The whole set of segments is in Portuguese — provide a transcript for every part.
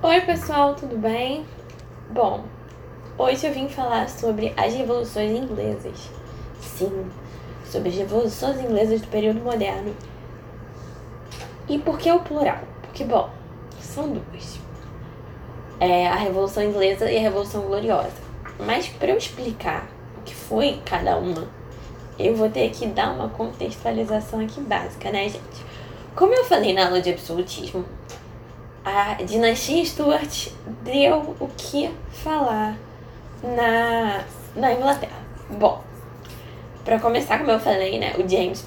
Oi pessoal, tudo bem? Bom, hoje eu vim falar sobre as revoluções inglesas. Sim, sobre as revoluções inglesas do período moderno. E por que o plural? Porque, bom, são duas. A Revolução Inglesa e a Revolução Gloriosa. Mas para eu explicar o que foi cada uma, eu vou ter que dar uma contextualização aqui básica, né, gente? Como eu falei na aula de absolutismo, a dinastia Stuart deu o que falar na Inglaterra. Bom, para começar, como eu falei, né, o James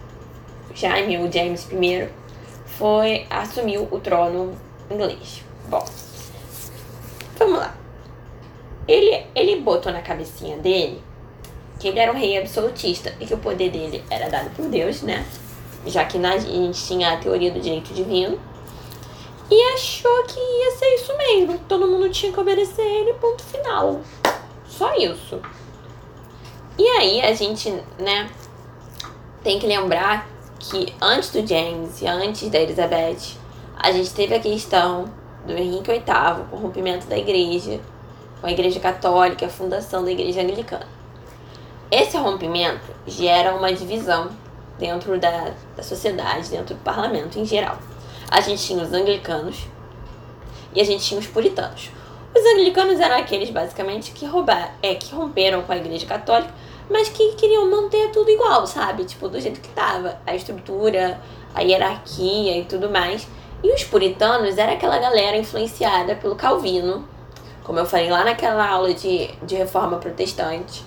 I assumiu o trono inglês. Bom, vamos lá. Ele botou na cabecinha dele que ele era um rei absolutista e que o poder dele era dado por Deus, né? Já que a gente tinha a teoria do direito divino. E achou que ia ser isso mesmo. Todo mundo tinha que obedecer ele, ponto final. Só isso. E aí a gente, né, tem que lembrar que antes do James e antes da Elizabeth, a gente teve a questão do Henrique VIII, com o rompimento da igreja, com a igreja católica, a fundação da igreja anglicana. Esse rompimento gera uma divisão dentro da sociedade, dentro do parlamento em geral. A gente tinha os anglicanos e a gente tinha os puritanos. Os anglicanos eram aqueles, basicamente, que romperam com a igreja católica, mas que queriam manter tudo igual, sabe? Tipo, do jeito que tava. A estrutura, a hierarquia e tudo mais. E os puritanos era aquela galera influenciada pelo Calvino, como eu falei lá naquela aula de reforma protestante.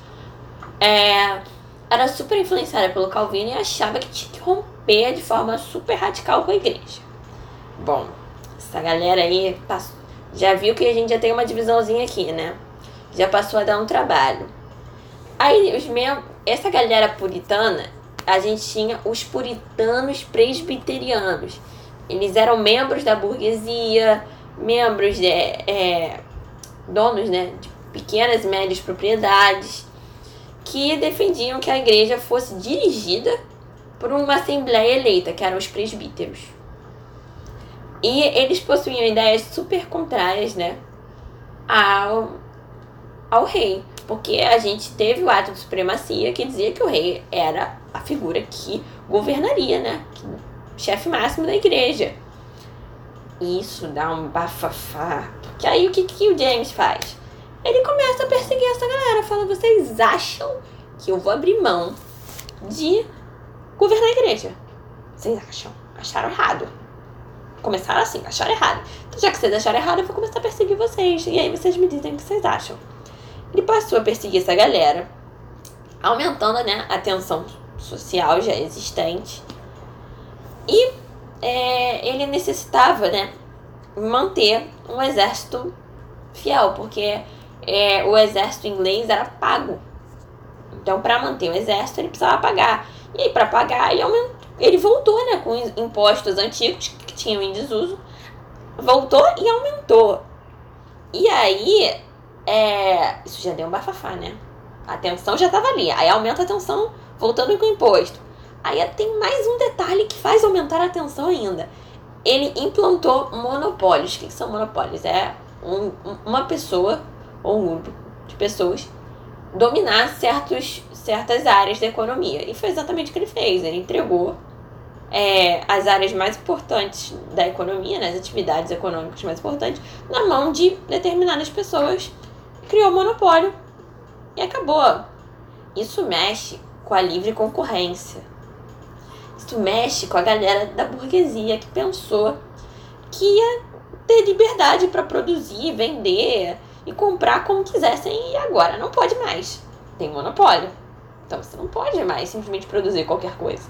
Era super influenciada pelo Calvino e achava que tinha que romper de forma super radical com a igreja. Bom, essa galera aí já viu que a gente já tem uma divisãozinha aqui, né? Já passou a dar um trabalho. Aí, essa galera puritana, a gente tinha os puritanos presbiterianos. Eles eram membros da burguesia, membros donos, né, de pequenas e médias propriedades, que defendiam que a igreja fosse dirigida por uma assembleia eleita, que eram os presbíteros. E eles possuíam ideias super contrárias, né, ao rei. Porque a gente teve o ato de supremacia que dizia que o rei era a figura que governaria, né, chefe máximo da igreja. Isso dá um bafafá. Porque aí o que o James faz? Ele começa a perseguir essa galera. Fala, vocês acham que eu vou abrir mão de governar a igreja? Vocês acham? Acharam errado. Começaram assim, acharam errado. Então, já que vocês acharam errado, eu vou começar a perseguir vocês. E aí vocês me dizem o que vocês acham. Ele passou a perseguir essa galera, aumentando, né, a tensão social já existente. E ele necessitava, né, manter um exército fiel, porque o exército inglês era pago. Então, para manter o exército, ele precisava pagar. E aí, para pagar, ele voltou, né, com impostos antigos que tinham em desuso, voltou e aumentou. E aí, isso já deu um bafafá, né? A tensão já estava ali. Aí aumenta a tensão voltando com o imposto. Aí tem mais um detalhe que faz aumentar a tensão ainda. Ele implantou monopólios. O que são monopólios? É uma pessoa ou um grupo de pessoas dominar certas áreas da economia. E foi exatamente o que ele fez. Ele entregou as áreas mais importantes da economia, né, as atividades econômicas mais importantes, na mão de determinadas pessoas. Criou monopólio e acabou. Isso mexe com a livre concorrência. Isso mexe com a galera da burguesia que pensou que ia ter liberdade para produzir, vender e comprar como quisessem, e agora não pode mais. Tem monopólio. Então você não pode mais simplesmente produzir qualquer coisa.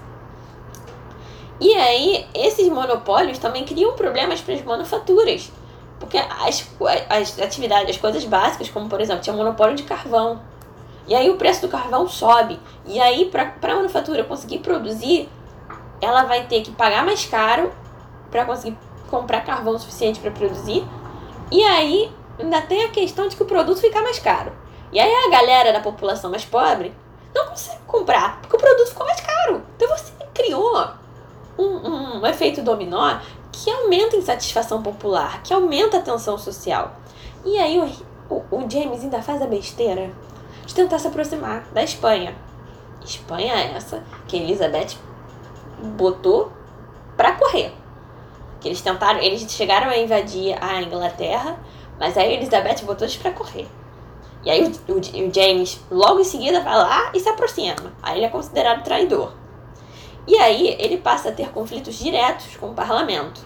E aí, esses monopólios também criam problemas para as manufaturas. Porque as atividades, as coisas básicas, como por exemplo, tinha monopólio de carvão. E aí o preço do carvão sobe. E aí, para a manufatura conseguir produzir, ela vai ter que pagar mais caro para conseguir comprar carvão suficiente para produzir. E aí, ainda tem a questão de que o produto fica mais caro. E aí a galera da população mais pobre não consegue comprar, porque o produto ficou mais caro. Então você criou um efeito dominó que aumenta a insatisfação popular, que aumenta a tensão social. E aí o James ainda faz a besteira de tentar se aproximar da Espanha. Espanha é essa que a Elizabeth botou pra correr. Que eles chegaram a invadir a Inglaterra, mas aí a Elizabeth botou eles pra correr. E aí o James logo em seguida vai lá e se aproxima. Aí ele é considerado traidor. E aí ele passa a ter conflitos diretos com o parlamento.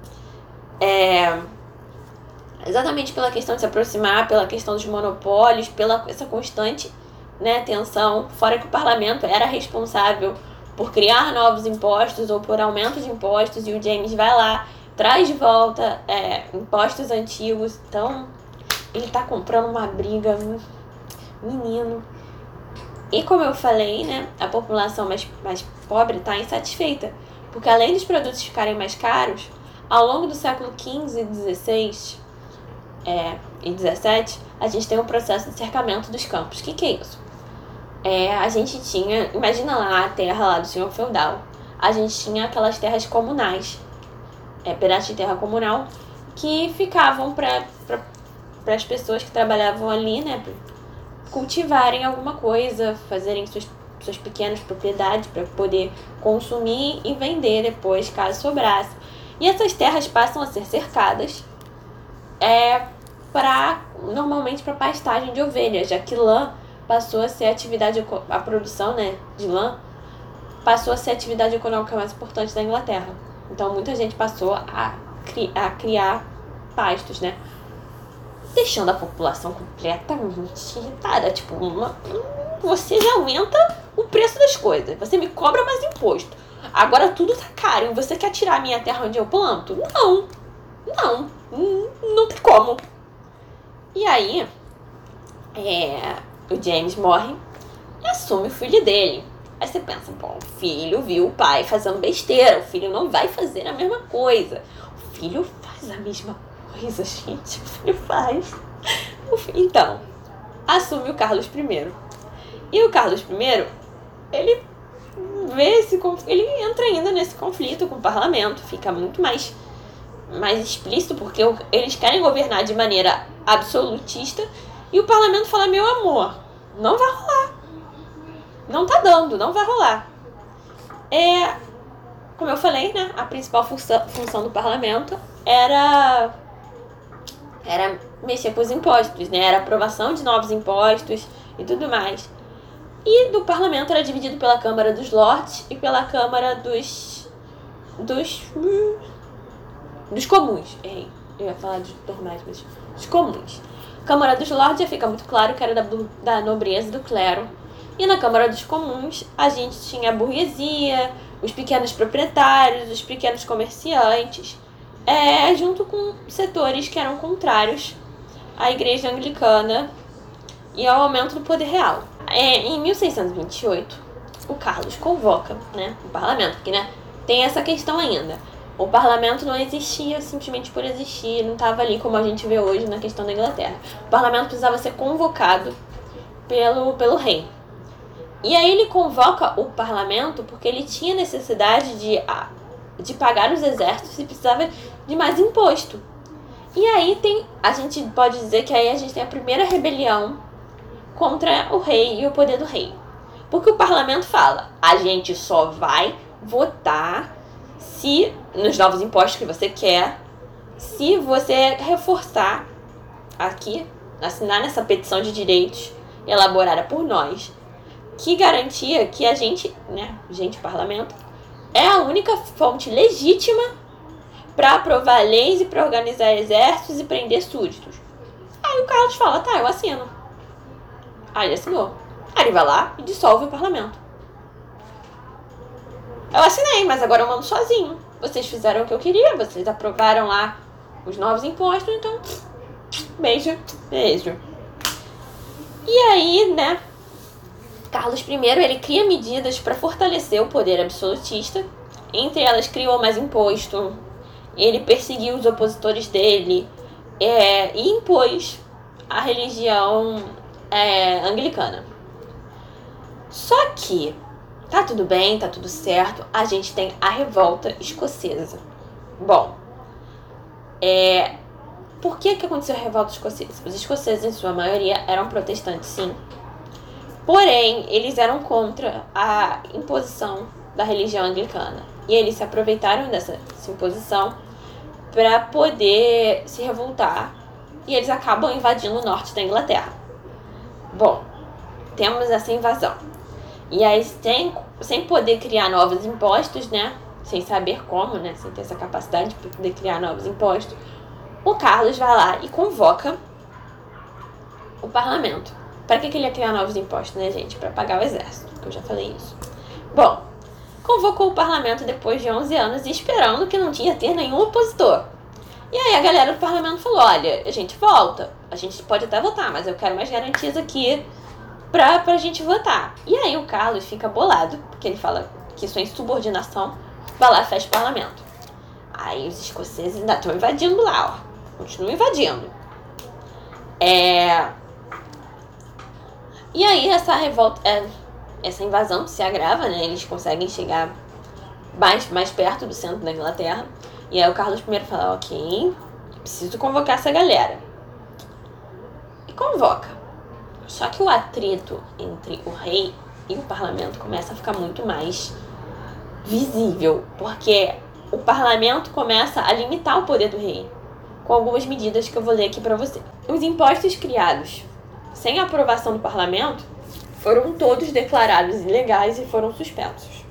Exatamente pela questão de se aproximar, pela questão dos monopólios, pela essa constante, né, tensão. Fora que o parlamento era responsável por criar novos impostos ou por aumento de impostos, e o James vai lá, traz de volta impostos antigos. Então, ele tá comprando uma briga, menino. E como eu falei, né, a população mais pobre tá insatisfeita, porque além dos produtos ficarem mais caros, ao longo do século XV e XVI e XVII, a gente tem um processo de cercamento dos campos. O que é isso? A gente tinha, imagina lá a terra lá do senhor feudal, a gente tinha aquelas terras comunais, pedaços de terra comunal, que ficavam para as pessoas que trabalhavam ali, né, cultivarem alguma coisa, fazerem suas pequenas propriedades para poder consumir e vender depois, caso sobrasse. E essas terras passam a ser cercadas normalmente para pastagem de ovelhas, já que lã passou a ser a produção, né, de lã passou a ser a atividade econômica mais importante da Inglaterra. Então muita gente passou a criar pastos, né, deixando a população completamente irritada. Tipo, você já aumenta o preço das coisas, você me cobra mais imposto, agora tudo tá caro e você quer tirar a minha terra onde eu planto? Não tem como. E aí o James morre e assume o filho dele. Aí você pensa, bom, o filho viu o pai fazendo besteira, o filho não vai fazer a mesma coisa. O filho faz a mesma coisa, gente, o filho faz. Então, assume o Carlos I. E o Carlos I, ele ele entra ainda nesse conflito com o parlamento, fica muito mais explícito, porque eles querem governar de maneira absolutista, e o parlamento fala, meu amor, não vai rolar. Não tá dando, não vai rolar. Como eu falei, né, a principal função do parlamento era mexer com os impostos, né, era aprovação de novos impostos e tudo mais. E do parlamento era dividido pela Câmara dos Lordes e pela Câmara dos comuns. Eu ia falar dos normais, mas dos comuns. Câmara dos Lordes já fica muito claro que era da nobreza, do clero. E na Câmara dos Comuns a gente tinha a burguesia, os pequenos proprietários, os pequenos comerciantes, junto com setores que eram contrários à Igreja Anglicana e ao aumento do poder real. Em 1628, o Carlos convoca, né, o parlamento, porque, né, tem essa questão ainda. O parlamento não existia simplesmente por existir, não estava ali como a gente vê hoje na questão da Inglaterra. O parlamento precisava ser convocado pelo rei. E aí ele convoca o parlamento porque ele tinha necessidade de pagar os exércitos e precisava de mais imposto. E aí a gente pode dizer que aí a gente tem a primeira rebelião contra o rei e o poder do rei. Porque o parlamento fala, a gente só vai votar nos novos impostos que você quer, se você reforçar aqui, assinar nessa petição de direitos elaborada por nós, que garantia que a gente, né, parlamento, é a única fonte legítima para aprovar leis e para organizar exércitos e prender súditos. Aí o Carlos fala, tá, eu assino. Aí ele assinou. Aí ele vai lá e dissolve o parlamento. Eu assinei, mas agora eu mando sozinho. Vocês fizeram o que eu queria, vocês aprovaram lá os novos impostos, então beijo. E aí, né, Carlos I, ele cria medidas para fortalecer o poder absolutista. Entre elas, criou mais imposto, ele perseguiu os opositores dele e impôs a religião anglicana. Só que tá tudo bem, tá tudo certo, a gente tem a revolta escocesa. Bom, Por que aconteceu a revolta escocesa? Os escoceses, em sua maioria, eram protestantes, sim. Porém, eles eram contra a imposição da religião anglicana. E eles se aproveitaram dessa imposição para poder se revoltar. E eles acabam invadindo o norte da Inglaterra. Bom, temos essa invasão. E aí, sem poder criar novos impostos, né? Sem saber como, né? Sem ter essa capacidade de poder criar novos impostos, o Carlos vai lá e convoca o parlamento. Para que ele ia criar novos impostos, né, gente? Para pagar o exército, que eu já falei isso. Bom, convocou o parlamento depois de 11 anos e esperando que não tinha ter nenhum opositor. E aí a galera do parlamento falou, olha, a gente volta, a gente pode até votar, mas eu quero mais garantias aqui pra gente votar. E aí o Carlos fica bolado, porque ele fala que isso é insubordinação, vai lá e fecha o parlamento. Aí os escoceses ainda estão invadindo lá, ó. Continuam invadindo. E aí essa revolta, essa invasão se agrava, né? Eles conseguem chegar mais perto do centro da Inglaterra. E aí o Carlos I fala, ok, preciso convocar essa galera. E convoca. Só que o atrito entre o rei e o parlamento começa a ficar muito mais visível, porque o parlamento começa a limitar o poder do rei, com algumas medidas que eu vou ler aqui para você. Os impostos criados sem a aprovação do parlamento foram todos declarados ilegais e foram suspensos.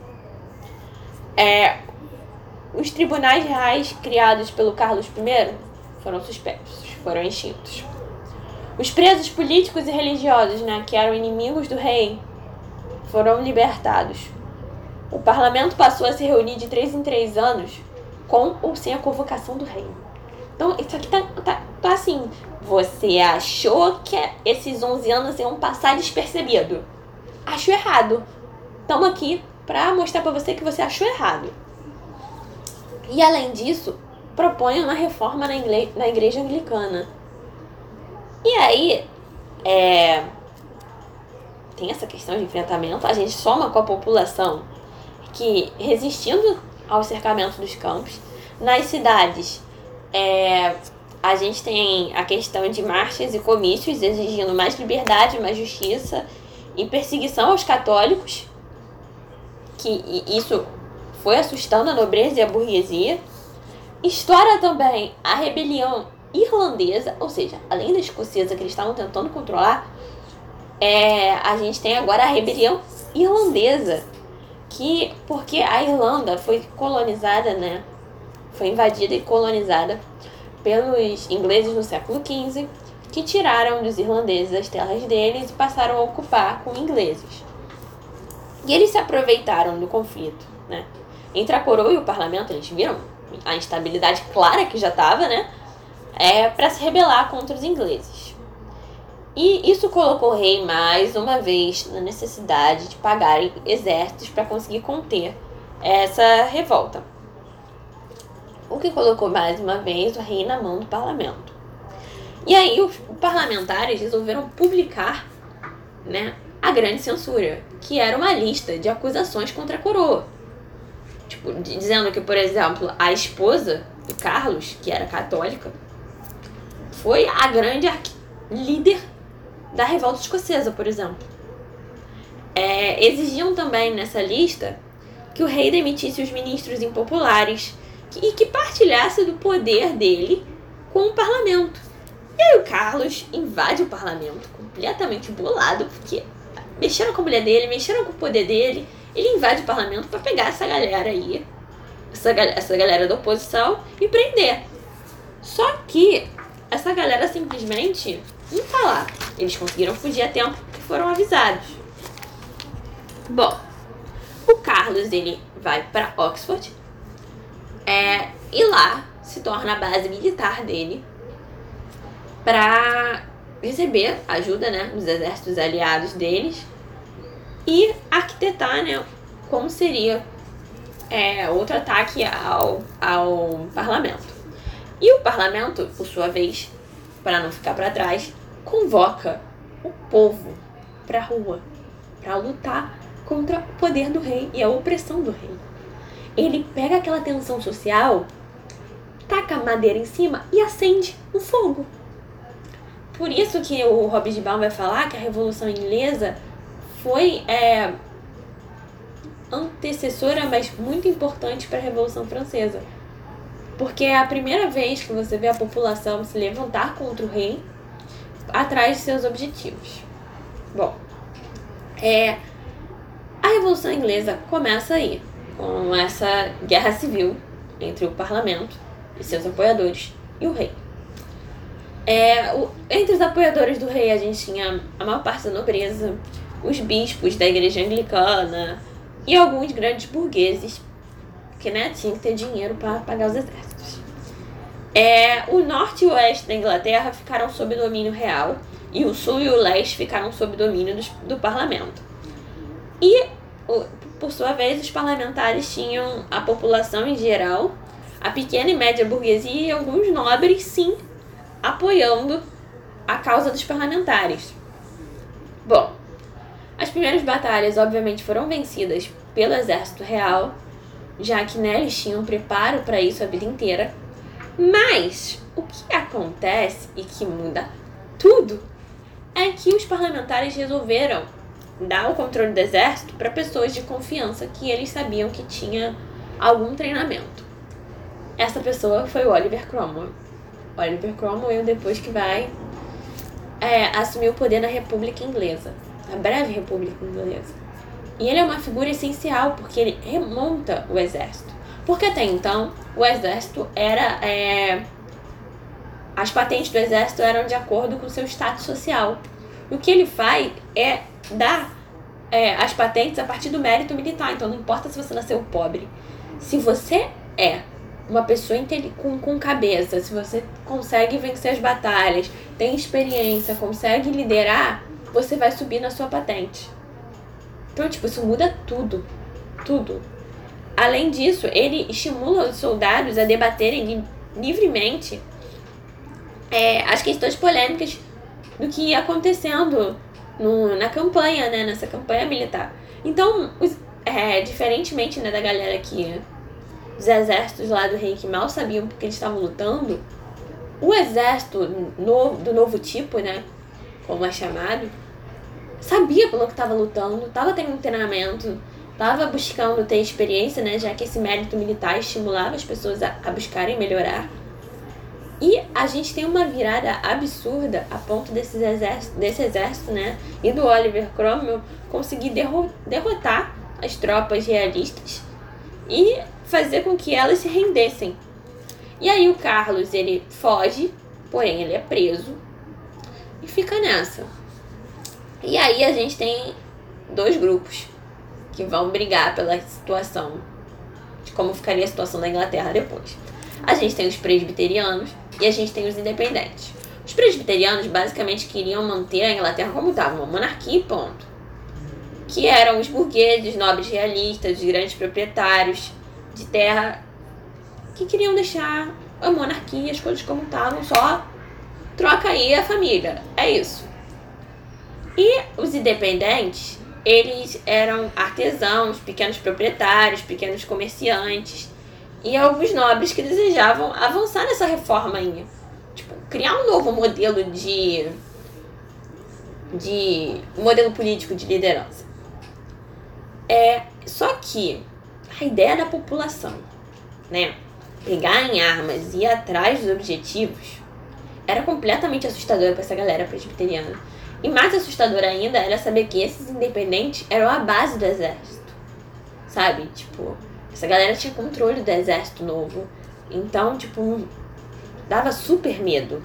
Os tribunais reais criados pelo Carlos I foram suspensos, foram extintos. Os presos políticos e religiosos, né, que eram inimigos do rei, foram libertados. O parlamento passou a se reunir de 3 em 3 anos, com ou sem a convocação do rei. Então, isso aqui tá assim. Você achou que esses 11 anos iam passar despercebido? Acho errado. Estamos aqui pra mostrar pra você que você achou errado. E, além disso, propõe uma reforma na igreja anglicana. E aí, tem essa questão de enfrentamento. A gente soma com a população que, resistindo ao cercamento dos campos, nas cidades, a gente tem a questão de marchas e comícios exigindo mais liberdade, mais justiça e perseguição aos católicos, que isso foi assustando a nobreza e a burguesia. Estoura também a rebelião irlandesa, ou seja, além da escocesa que eles estavam tentando controlar, a gente tem agora a rebelião irlandesa, porque a Irlanda foi colonizada, né? Foi invadida e colonizada pelos ingleses no século XV, que tiraram dos irlandeses as terras deles e passaram a ocupar com ingleses. E eles se aproveitaram do conflito, né, entre a coroa e o parlamento. Eles viram a instabilidade clara que já estava, né, para se rebelar contra os ingleses. E isso colocou o rei mais uma vez na necessidade de pagarem exércitos para conseguir conter essa revolta. O que colocou mais uma vez o rei na mão do parlamento. E aí os parlamentares resolveram publicar, né, a grande censura, que era uma lista de acusações contra a coroa. Tipo, dizendo que, por exemplo, a esposa do Carlos, que era católica, foi a grande líder da revolta escocesa, por exemplo. Exigiam também nessa lista que o rei demitisse os ministros impopulares e que partilhasse do poder dele com o parlamento. E aí o Carlos invade o parlamento completamente bolado, porque mexeram com a mulher dele, mexeram com o poder dele. Ele invade o parlamento para pegar essa galera aí, essa galera da oposição, e prender. Só que essa galera simplesmente não tá lá. Eles conseguiram fugir a tempo que foram avisados. Bom, o Carlos, ele vai para Oxford, e lá se torna a base militar dele para receber ajuda, né, dos exércitos aliados deles e arquitetar, né, como seria outro ataque ao parlamento. E o parlamento, por sua vez, para não ficar para trás, convoca o povo para a rua para lutar contra o poder do rei e a opressão do rei. Ele pega aquela tensão social, taca a madeira em cima e acende um fogo. Por isso que o Hobsbawm vai falar que a Revolução Inglesa foi antecessora, mas muito importante para a Revolução Francesa. Porque é a primeira vez que você vê a população se levantar contra o rei atrás de seus objetivos. Bom, a Revolução Inglesa começa aí, com essa guerra civil entre o parlamento e seus apoiadores e o rei. Entre os apoiadores do rei a gente tinha a maior parte da nobreza, os bispos da igreja anglicana e alguns grandes burgueses que tinham que ter dinheiro para pagar os exércitos. O norte e o oeste da Inglaterra ficaram sob domínio real e o sul e o leste ficaram sob domínio do parlamento. E, por sua vez, os parlamentares tinham a população em geral, a pequena e média burguesia e alguns nobres, sim, apoiando a causa dos parlamentares. Bom, as primeiras batalhas, obviamente, foram vencidas pelo exército real, já que eles tinham preparo para isso a vida inteira. Mas o que acontece e que muda tudo é que os parlamentares resolveram dar o controle do exército para pessoas de confiança que eles sabiam que tinha algum treinamento. Essa pessoa foi o Oliver Cromwell. Oliver Cromwell depois que vai assumir o poder na República Inglesa, a breve República Inglesa. E ele é uma figura essencial porque ele remonta o exército. Porque até então, o exército era... as patentes do exército eram de acordo com o seu status social. E o que ele faz é dar as patentes a partir do mérito militar. Então não importa se você nasceu pobre. Se você é uma pessoa com cabeça, se você consegue vencer as batalhas, tem experiência, consegue liderar, você vai subir na sua patente. Então, isso muda tudo. Tudo. Além disso, ele estimula os soldados a debaterem livremente as questões polêmicas do que ia acontecendo na campanha, nessa campanha militar. Então, diferentemente da galera que... os exércitos lá do rei que mal sabiam porque eles estavam lutando, o exército do novo tipo, como é chamado, sabia pelo que estava lutando, estava tendo um treinamento, estava buscando ter experiência, já que esse mérito militar estimulava as pessoas a buscarem melhorar. E a gente tem uma virada absurda a ponto desse exército, e do Oliver Cromwell conseguir derrotar as tropas realistas e fazer com que elas se rendessem. E aí o Carlos, ele foge, porém ele é preso e fica nessa. E aí a gente tem dois grupos que vão brigar pela situação, de como ficaria a situação da Inglaterra depois. A gente tem os presbiterianos e a gente tem os independentes. Os presbiterianos basicamente queriam manter a Inglaterra como estava, uma monarquia e ponto. Que eram os burgueses, nobres realistas, os grandes proprietários de terra que queriam deixar a monarquia, as coisas como estavam, só troca aí a família, é isso. E os independentes, eles eram artesãos, pequenos proprietários, pequenos comerciantes e alguns nobres que desejavam avançar nessa reforma aí, criar um novo modelo de modelo político de liderança. Só que a ideia da população, pegar em armas e ir atrás dos objetivos, era completamente assustadora para essa galera presbiteriana. E mais assustador ainda era saber que esses independentes eram a base do exército, sabe? Essa galera tinha controle do exército novo. Então, dava super medo.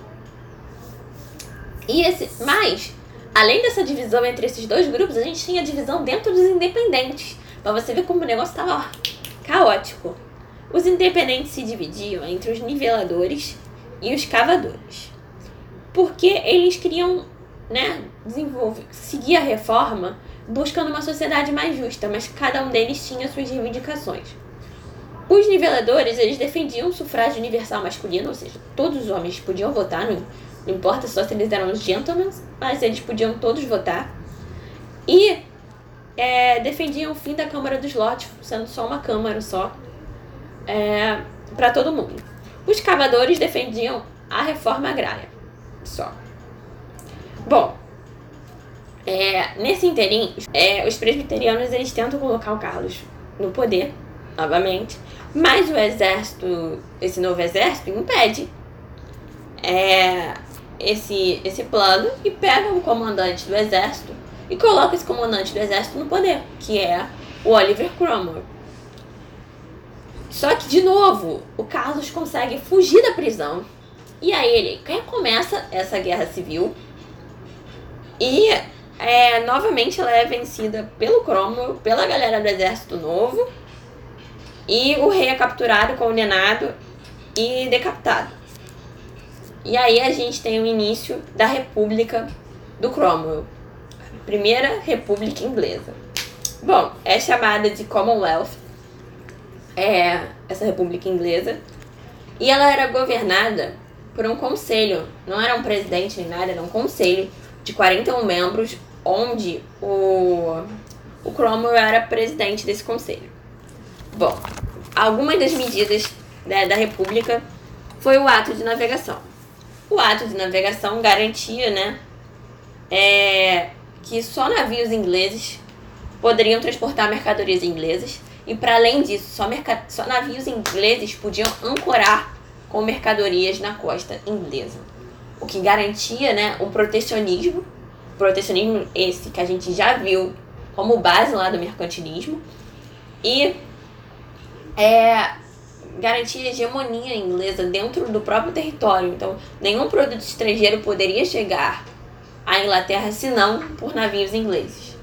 Mas, além dessa divisão entre esses dois grupos, a gente tinha divisão dentro dos independentes. Pra você ver como o negócio tava caótico. Os independentes se dividiam entre os niveladores e os cavadores. Porque eles queriam, seguir a reforma buscando uma sociedade mais justa, mas cada um deles tinha suas reivindicações. Os niveladores, eles defendiam o sufrágio universal masculino, ou seja, todos os homens podiam votar, não importa só se eles eram gentlemen, mas eles podiam todos votar. E defendiam o fim da Câmara dos Lordes, sendo só uma câmara só, para todo mundo. Os cavadores defendiam a reforma agrária. Só. Bom, nesse interim, os presbiterianos eles tentam colocar o Carlos no poder, novamente, mas o exército, esse novo exército, impede esse plano e pega o comandante do exército e coloca esse comandante do exército no poder, que é o Oliver Cromwell. Só que, de novo, o Carlos consegue fugir da prisão e aí ele recomeça essa guerra civil e novamente ela é vencida pelo Cromwell, pela galera do exército novo, e o rei é capturado, condenado e decapitado. E aí a gente tem o início da República do Cromwell, a primeira República Inglesa. Bom, é chamada de Commonwealth, essa República Inglesa, e ela era governada por um conselho, não era um presidente nem nada, era um conselho de 41 membros, onde o Cromwell era presidente desse conselho. Bom, algumas das medidas da República foi o ato de navegação. O ato de navegação garantia, que só navios ingleses poderiam transportar mercadorias inglesas e, para além disso, só navios ingleses podiam ancorar com mercadorias na costa inglesa, o que garantia, um protecionismo esse que a gente já viu como base lá do mercantilismo, e garantia a hegemonia inglesa dentro do próprio território. Então, nenhum produto estrangeiro poderia chegar à Inglaterra senão por navios ingleses.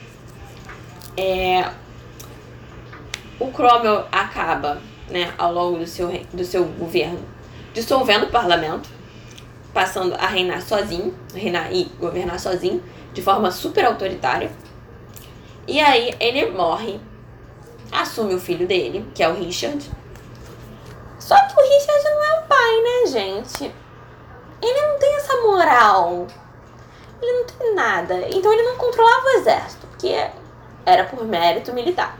O Cromwell acaba, ao longo do seu governo, dissolvendo o parlamento, passando a reinar e governar sozinho, de forma super autoritária. E aí ele morre, assume o filho dele, que é o Richard. Só que o Richard não é o pai, né, gente? Ele não tem essa moral. Ele não tem nada. Então ele não controlava o exército, porque era por mérito militar.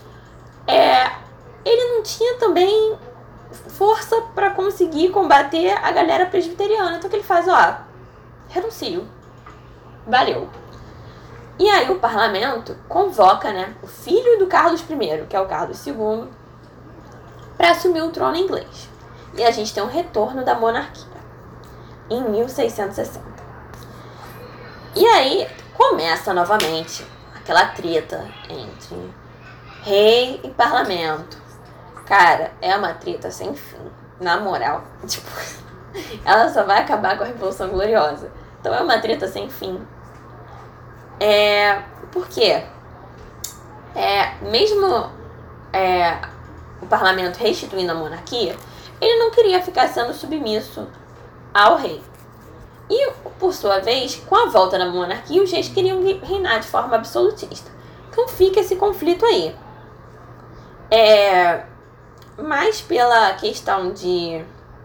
Ele não tinha também força para conseguir combater a galera presbiteriana. Então o que ele faz? Renuncio. Valeu. E aí o parlamento convoca, o filho do Carlos I, que é o Carlos II, para assumir o trono inglês. E a gente tem um retorno da monarquia em 1660. E aí começa novamente aquela treta entre rei e parlamento. Cara, é uma treta sem fim. Na moral, ela só vai acabar com a Revolução Gloriosa. Então é uma treta sem fim. Por quê? Mesmo o parlamento restituindo a monarquia, ele não queria ficar sendo submisso ao rei. E, por sua vez, com a volta da monarquia, os reis queriam reinar de forma absolutista. Então fica esse conflito aí. Mais pela questão de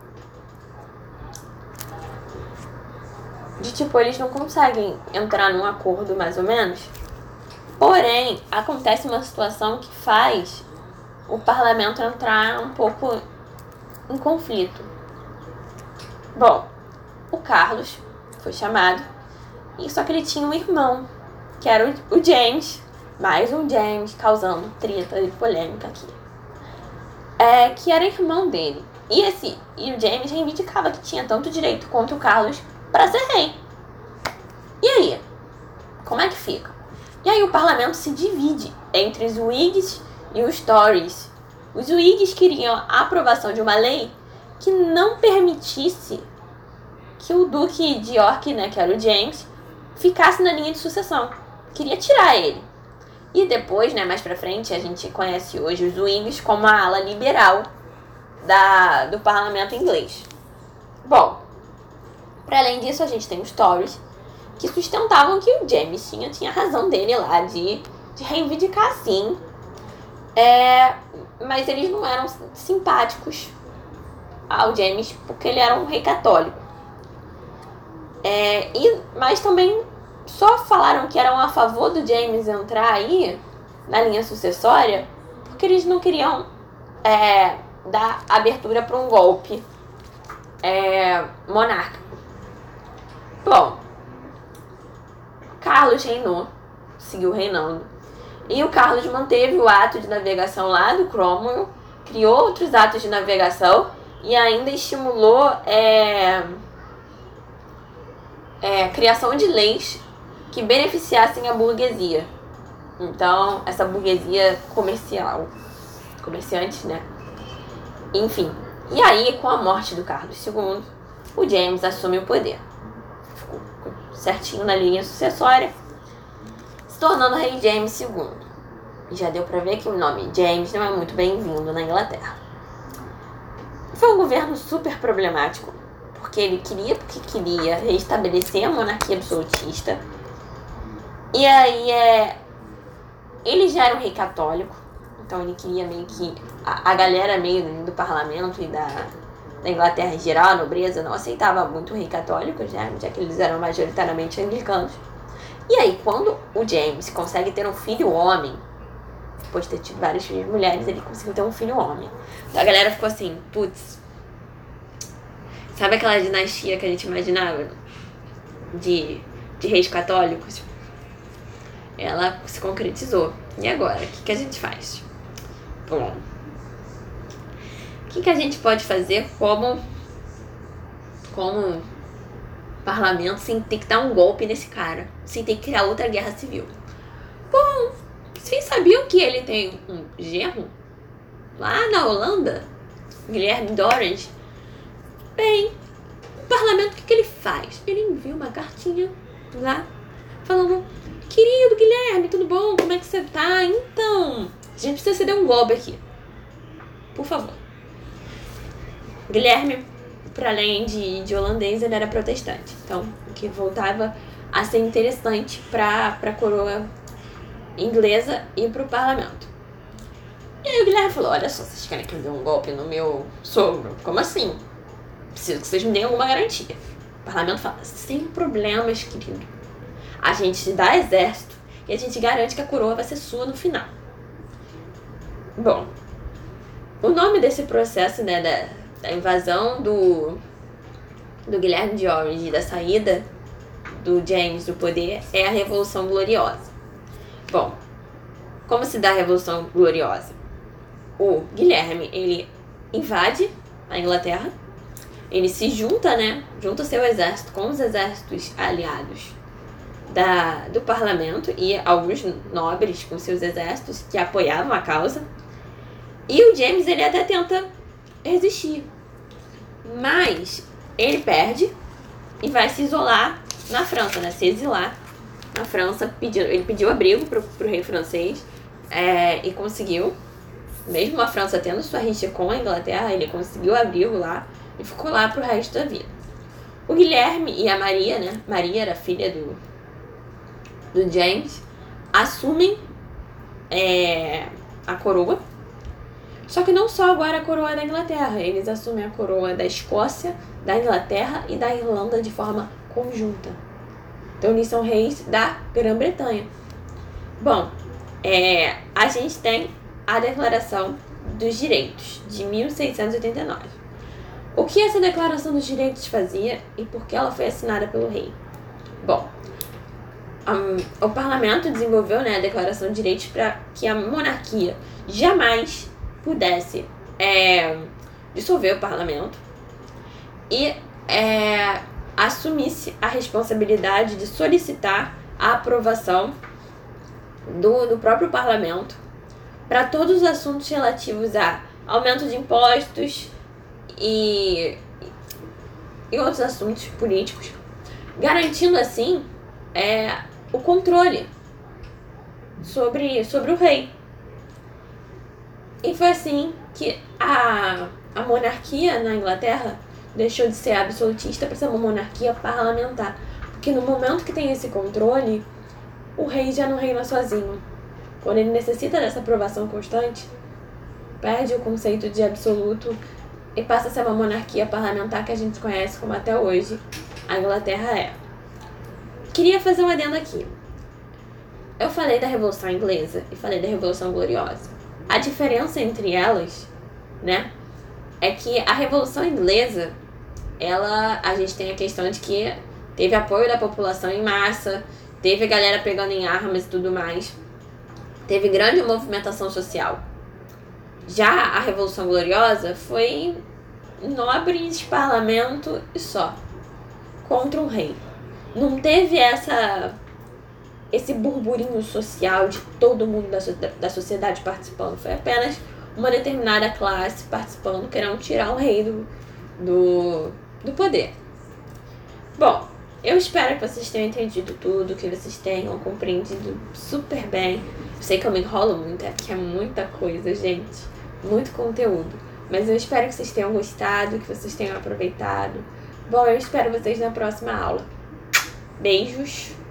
eles não conseguem entrar num acordo, mais ou menos. Porém, acontece uma situação que faz o parlamento entrar um pouco em conflito. Bom, o Carlos foi chamado, só que ele tinha um irmão, que era o James, mais um James, causando treta e polêmica aqui. Que era irmão dele. E o James reivindicava que tinha tanto direito quanto o Carlos para ser rei. E aí? Como é que fica? E aí o parlamento se divide entre os Whigs e os Tories. Os Whigs queriam a aprovação de uma lei que não permitisse que o Duque de York, que era o James, ficasse na linha de sucessão. Queria tirar ele. E depois, mais pra frente, a gente conhece hoje os Whigs como a ala liberal do parlamento inglês. Bom, para além disso, a gente tem os Tories, que sustentavam que o James tinha razão dele lá de reivindicar, sim. Mas eles não eram simpáticos ao James, porque ele era um rei católico. Mas também só falaram que eram a favor do James entrar aí na linha sucessória porque eles não queriam dá abertura para um golpe monárquico. Bom, Carlos reinou, seguiu reinando. E o Carlos manteve o ato de navegação lá do Cromwell, criou outros atos de navegação e ainda estimulou a criação de leis que beneficiassem a burguesia. Então, essa burguesia comerciante, né? Enfim. E aí, com a morte do Carlos II, o James assume o poder. Ficou certinho na linha sucessória, se tornando rei James II. E já deu pra ver que o nome James não é muito bem-vindo na Inglaterra. Foi um governo super problemático, porque ele queria restabelecer a monarquia absolutista. E aí, ele já era um rei católico, então ele queria meio que a galera meio do parlamento e da Inglaterra em geral, a nobreza, não aceitava muito o rei católico, já que eles eram majoritariamente anglicanos. E aí, quando o James consegue ter um filho homem, depois de ter tido várias filhas mulheres, ele conseguiu ter um filho homem. Então a galera ficou assim, putz, sabe aquela dinastia que a gente imaginava de reis católicos? Ela se concretizou. E agora? O que a gente faz? Bom, o que a gente pode fazer como parlamento sem ter que dar um golpe nesse cara? Sem ter que criar outra guerra civil? Bom, vocês sabiam que ele tem um genro lá na Holanda? Guilherme de Orange? Bem, o parlamento, o que ele faz? Ele envia uma cartinha lá falando: querido Guilherme, tudo bom? Como é que você tá? Então, a gente precisa ceder um golpe aqui. Por favor. Guilherme, para além de holandês, ele era protestante. Então, o que voltava a ser interessante para a coroa inglesa e para o parlamento. E aí o Guilherme falou: olha só, vocês querem que eu dê um golpe no meu sogro? Como assim? Preciso que vocês me deem alguma garantia. O parlamento fala: sem problemas, querido. A gente te dá exército e a gente garante que a coroa vai ser sua no final. Bom, o nome desse processo, né, da invasão do Guilherme de Orange e da saída do James do poder é a Revolução Gloriosa. Bom, como se dá a Revolução Gloriosa? O Guilherme, ele invade a Inglaterra, ele se junta, né, junta seu exército com os exércitos aliados do parlamento e alguns nobres com seus exércitos que apoiavam a causa. E o James, ele até tenta resistir, mas ele perde e vai se isolar na França, né? Se exilar na França. Ele pediu abrigo pro rei francês e conseguiu. Mesmo a França tendo sua rixa com a Inglaterra, ele conseguiu abrigo lá e ficou lá pro resto da vida. O Guilherme e a Maria, né? Maria era filha do James, assumem a coroa. Só que não só agora a coroa da Inglaterra, eles assumem a coroa da Escócia, da Inglaterra e da Irlanda de forma conjunta. Então eles são reis da Grã-Bretanha. Bom, a gente tem a Declaração dos Direitos, de 1689. O que essa Declaração dos Direitos fazia e por que ela foi assinada pelo rei? Bom, o parlamento desenvolveu, né, a Declaração de Direitos para que a monarquia jamais pudesse dissolver o parlamento e assumisse a responsabilidade de solicitar a aprovação do próprio parlamento para todos os assuntos relativos a aumento de impostos e outros assuntos políticos, garantindo assim o controle sobre o rei. E foi assim que a monarquia na Inglaterra deixou de ser absolutista para ser uma monarquia parlamentar. Porque no momento que tem esse controle, o rei já não reina sozinho. Quando ele necessita dessa aprovação constante, perde o conceito de absoluto e passa a ser uma monarquia parlamentar que a gente conhece como até hoje a Inglaterra é. Queria fazer um adendo aqui. Eu falei da Revolução Inglesa e falei da Revolução Gloriosa. A diferença entre elas, né, é que a Revolução Inglesa, a gente tem a questão de que teve apoio da população em massa, teve a galera pegando em armas e tudo mais, teve grande movimentação social. Já a Revolução Gloriosa foi nobres, parlamento e só, contra o rei. Não teve esse burburinho social de todo mundo da sociedade participando. Foi apenas uma determinada classe participando, querendo tirar o rei do poder. Bom, eu espero que vocês tenham entendido tudo, que vocês tenham compreendido super bem. Eu sei que eu me enrolo muito, que é muita coisa, gente. Muito conteúdo. Mas eu espero que vocês tenham gostado, que vocês tenham aproveitado. Bom, eu espero vocês na próxima aula. Beijos!